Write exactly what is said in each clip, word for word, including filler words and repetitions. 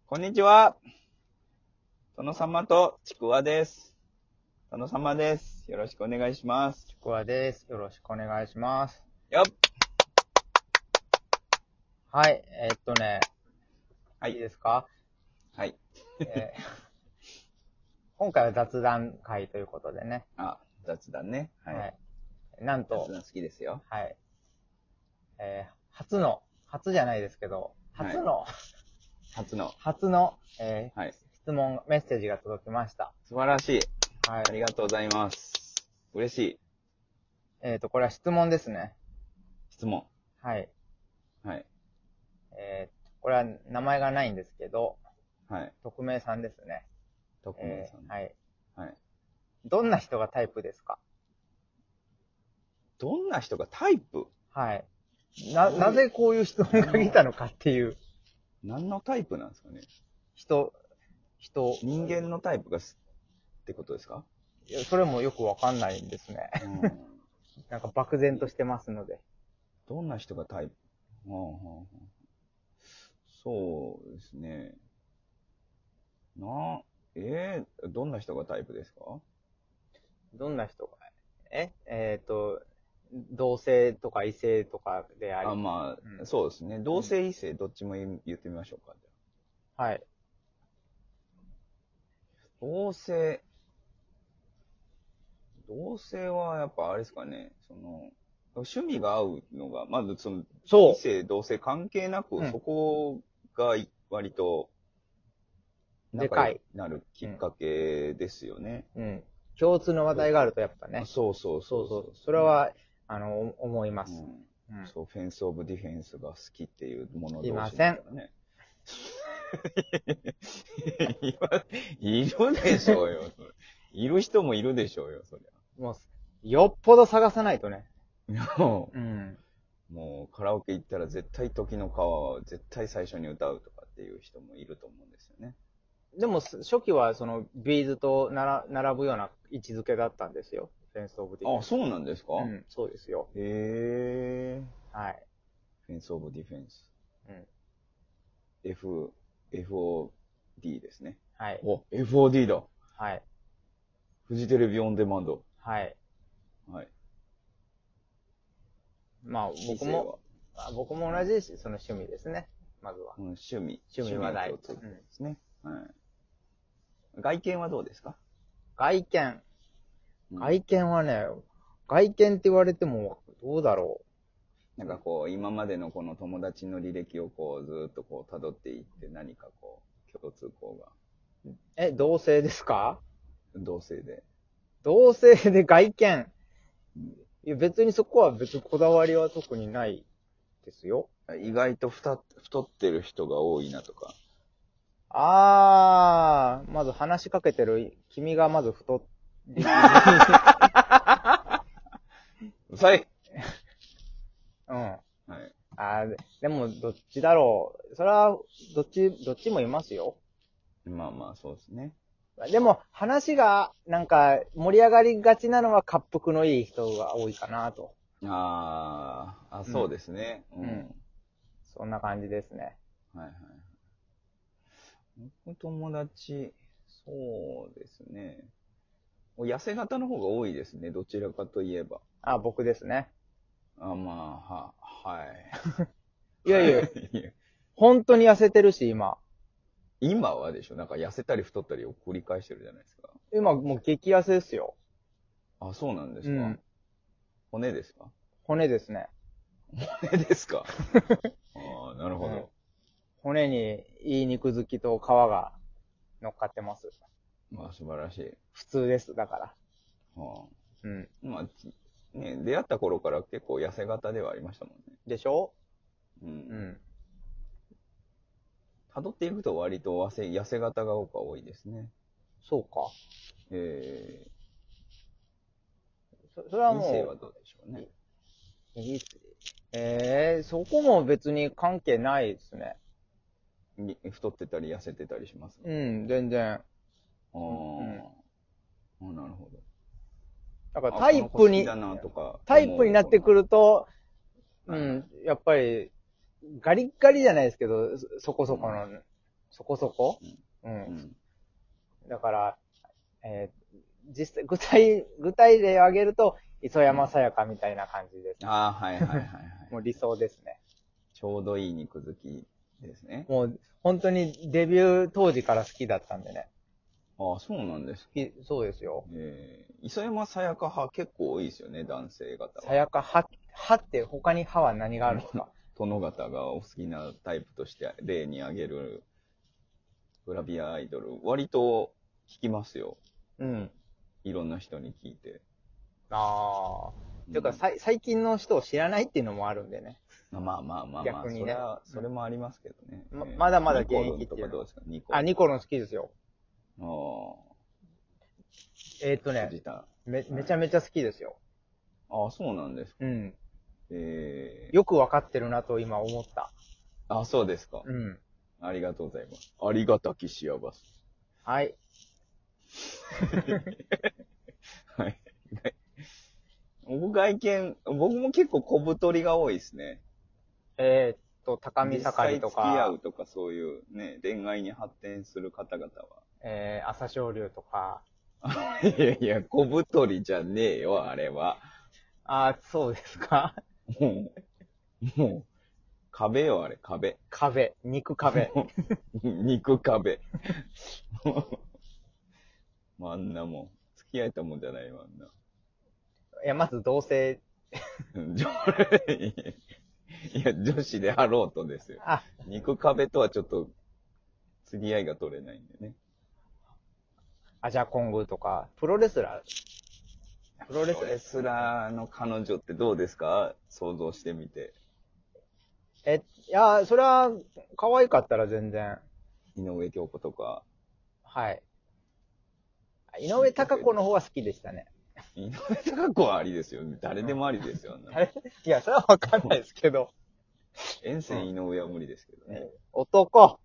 こんにちは。殿様とちくわです。殿様です。よろしくお願いします。 ちくわです。よろしくお願いします。 よっ。 はい、えー、っとね、 はい。 いいですか？ はい。 えー、今回は雑談会ということでね。 あ、雑談ね。はい。 はい、なんと、 雑談好きですよ。 はい。えー、初の、初じゃないですけど、初の、はい、 初の、 初の、えーはい、 質問、メッセージが届きました。 素晴らしい。 はい。 ありがとうございます。嬉しい。 えー、っと、これは質問ですね。 質問。 はい。 はい。 えー、これは名前がないんですけど、 はい。 匿名さんですね。 匿名さん、 えー、はい。 はい。 どんな人がタイプですか？ どんな人がタイプ？ はい。な、なぜこういう質問が来たのかっていう。 何のタイプなんですかね。 人、人。 人間のタイプがすってことですか？ いや、それもよくわかんないんですね。 うん、 なんか漠然としてますので。 どんな人がタイプ？はあはあはあ、そうですね。な、えー、どんな人がタイプですか？ どんな人が、ええっ、ー、と、同性とか異性とかであり。 あ、まあ、 うん、 そうですね。同性異性どっちも言ってみましょうか。 はい。 同性、同性はやっぱあれですかね、その、趣味が合うのが、まずその、 そう。 異性、同性関係なく、 うん、 そこが割と仲良くでかい。 なるきっかけですよね。 うん。うん。共通の話題があるとやっぱね。 そうそうそそううそう。それは、あの、思いまうす。 ん。 うん。 そう、フェンスオブディフェンスが好きっていうもの同士いません。 だからね。いるでしょうよ、それ。いる人もいるでしょうよ、そりもう、よっぽど探さないとね。 ゃ。もうん。 う、もうカラオケ行ったら絶対時の川を絶対最初に歌うとかっていう人もいると思うんですよね。 でも、初期はその、ビーズとなら並ぶような位置づけだったんですよ。フェンスオブディフェあ、 ンス。 そうなんですか？ うん、そうですよ。 へえ。 はい。 フェンスオブディフェンス。 うん。 F、エフオーディー ですね。 はい。 お、エフオーディー だ。 はい。 フジテレビオンデマンド。 はい。 はい。 まあ、僕も、あ僕も同じし、その趣味ですね。まずは。 うん、趣味。 趣味話題。 趣味の共通点ですね。うん、はい。外見はどうですか？ 外見。 うん、 外見はね、外見って言われても、どうだろなんかこう、今までのこの友達の履歴をこう、ずーっとこう、辿っていって、何かこう、共通項が、 う。え、同性ですか？ 同性で。 同性で外見。 うん、 いや、別にそこは別にこだわりは特にないですよ。 意外と太太ってる人が多いなとか。 あー、まず話しかけてる君がまず太り気味。 うさい。 うん。 はい。 あー、でもどっちだろう。それは、どっち、どっちもいますよ。 まあまあ、そうですね。 でも、話が、なんか、盛り上がりがちなのは、滑腹のいい人が多いかなと。 あーあ、そうですね。うん。 うん。そんな感じですね。 はいはい。僕友達、そうですね。痩せ型の方が多いですね。どちらかといえば。 あ、僕ですね。 あ、まあ、は、はい。 いやいや、本当に痩せてるし、今。 今はでしょ、なんか痩せたり太ったりを繰り返してるじゃないですか。 今、もう激痩せですよ。 あ、そうなんですか、 うん。 骨ですか？ 骨ですね。 骨ですか？ああ、なるほど。 うん。骨にいい肉付きと皮が乗っかってます。 まあ、素晴らしい。 普通です、だから。 はうん。 あ、まあ、ね、出会った頃から結構痩せ型ではありましたもんね。 でしょ？ うん。 うん。 辿っていくと割と痩せ、痩せ型が多いですね。 そうか。 えそ、それはー、異性はもどうでしょうね。 う、いいっす。ええー、そこも別に関係ないですね。 に太ってたり痩せてたりします。 うん、全然。 ああ、 うん。 あ、なるほど。 だからあ、 タこの子好イプに、 きだなとかタイプになってくると、 はいはい、 うん、やっぱり、ガリッガリじゃないですけど、そこそこのそこそこ、う。 うんん。 だから、えー実際、具体、具体例を挙げると、磯山さやかみたいな感じです。 ああ、はいはいはいはい。 もう理想ですね。 ちょうどいい肉好きですね。 もう、本当にデビュー当時から好きだったんでね。 ああ、そうなんですか。 好き、そうですよ。 えー、磯山さやか派結構多いですよね、男性方は。 さやか、は、はって他にはは何があるんですか？ 殿方がお好きなタイプとして例に挙げるグラビアアイドル、割と聞きますよ。 うん。 いろんな人に聞いて。 ああ。 うんていうか、さい、最近の人を知らないっていうのもあるんでね。 まあまあまあまあ、 逆にねそれは、それもありますけどね。 まえーまだまだニコルン現役っていうのはとかどうですかニコルン。 あ、ニコロン好きですよ。 ああ、 えーっとね、 藤田。 め、めちゃめちゃ好きですよ。 ああ、そうなんですか。 うん。 えー、 よくわかってるなと今思った。 あ、そうですか。 うん。 ありがとうございます。ありがたき幸せ。 はい。 はい。僕外見、僕も結構小太りが多いですね。 えーっと、高見実盛りと際付き合かう、とかそういうね、恋愛に発展する方々 えー、朝青龍とか。 は。いやいや、小太りじゃねえよ、あれは。 あ、そうですか？ もう、もう、壁よ、あれ、壁。 壁、肉壁。 肉壁。もうあんなもん、付き合えたもんじゃないわ、あんな。 いや、まず同性。 うんじょいや、女子であろうとですよ。 あ、 肉壁とはちょっと、釣り合いが取れないんでね。 アジャコングとか、プロレスラー。プロレスプロレスラーの彼女ってどうですか想像してみて。 え、いや、それは、可愛かったら全然。 井上京子とか。 はい。井上貴子の方は好きでしたね。 井上貴子はありですよ。誰でもありですよ。あんなあれいや、それはわかんないですけど。 沿線井上は無理ですけどね。 男。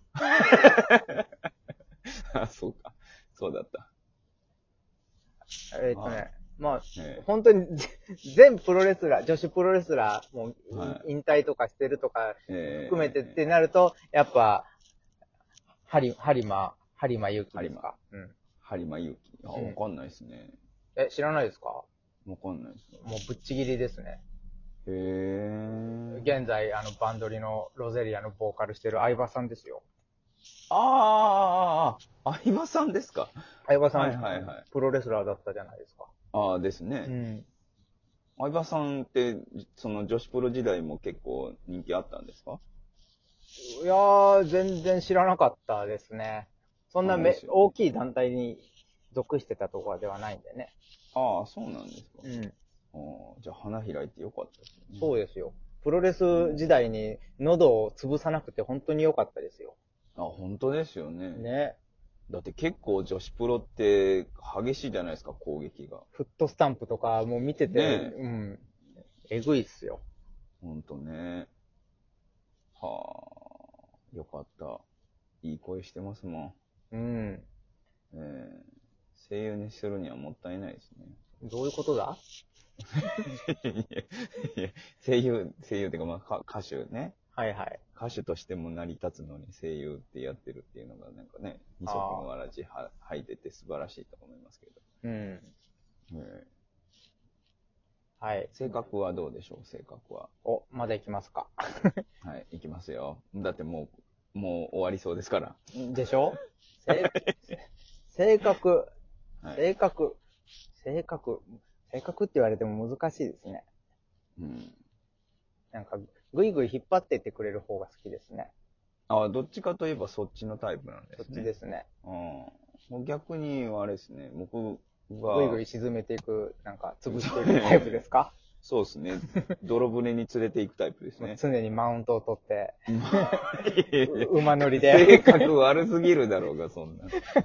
あ、そうか。そうだった。 えっとね、まあ、 ええ本当にぜ全プロレスラー、女子プロレスラー、もう、 はい引退とかしてるとかええ含めてってなると、やっぱ、はり、はりま、はりまゆきですか。うん。 播磨勇気。あ、 うんわかんないですね。 え、知らないですか？ わかんないです。 もうぶっちぎりですね。 へえ。 現在、あの、バンドリのロゼリアのボーカルしてる相葉さんですよ。 ああ、ああ、相葉さんですか。 相葉さん、 はいはいはいプロレスラーだったじゃないですか。 ああ、ですね。 うん。 相葉さんって、その女子プロ時代も結構人気あったんですかいやー、全然知らなかったですね。そんなめ、 あですよね大きい団体に属してたとかではないんでね。 ああ、そうなんですか。 うん。 ああじゃあ花開いてよかったですね。 そうですよ。プロレス時代に喉を潰さなくて本当に良かったですよ。 あ、本当ですよね。 ね。 だって結構女子プロって激しいじゃないですか、攻撃が。 フットスタンプとかもう見てて、 ねえうん。えぐいっすよ。 ほんとね。はあ、よかった。いい声してますもん。 うん。 えー、声優にするにはもったいないですね。 どういうことだ？ いや声優、声優っていうか、まあ、か歌手ね。 はいはい。 歌手としても成り立つのに声優ってやってるっていうのがなんかね、二足のわらじは履いてて素晴らしいと思いますけど。 うん。 えーはい。 性格はどうでしょう性格は。 お、まだ行きますか。 はい、いきますよ。だってもう、もう終わりそうですから。 でしょ？性性格、 はい。 性格、性格、性格って言われても難しいですね。 うん。 なんか、ぐいぐい引っ張ってってくれる方が好きですね。 あどっちかといえばそっちのタイプなんですそっね。 ちですね。 うん。もう逆にあれですね、僕が。 ぐいぐい沈めていく、なんか、潰していくタイプですか？ そうですね。泥船に連れて行くタイプですね。 常にマウントを取って、 いやいや馬乗り性で。 格悪すぎるだろうが、そんな。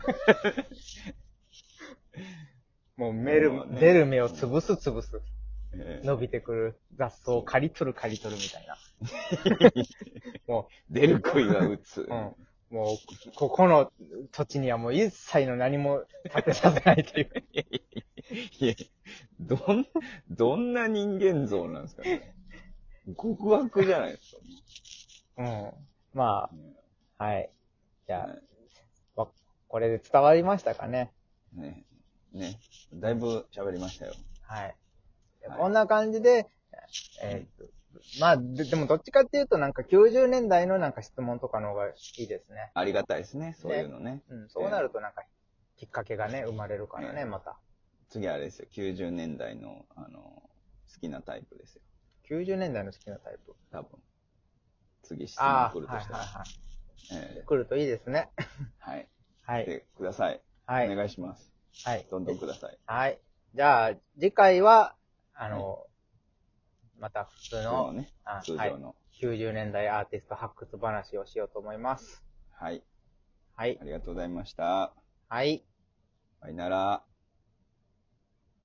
もうメル、 まあね出る目を潰す潰す。 えー伸びてくる雑草を刈り取る刈り取るみたいな。も出る杭は打つ。 う、うん。もう、ここの土地にはもう一切の何も建てさせないという。 いや、どん、どんな人間像なんですかね。極悪じゃないですか。 うん。まあ、はい。 じゃあ、 はいわこれで伝わりましたかね。 ね。ね。だいぶ喋りましたよ。 はい。 はいこんな感じで、えーっと、まあで、でもどっちかっていうとなんかきゅうじゅうねんだいのなんか質問とかの方がいいですね。 ありがたいですね。そういうのね。 うん、そうなるとなんか、きっかけがね、生まれるからね、 ええまた。 次あれですよ。きゅうじゅうねんだいの、あの、好きなタイプですよ。 きゅうじゅうねんだいの好きなタイプ。 多分。次質問ああ、 来るとしたら。 はいはいはい。 ええ来るといいですね。 はい。 はい。 で、ください。 はい。 お願いします。 はい。 どんどんください。 はい。じゃあ、次回は、あの、 はいまた普通の、 普通のねあはい通常の。 きゅうじゅうねんだいアーティスト発掘話をしようと思います。 はい。 はいあ。りがとうございました。 はい。 さよなら。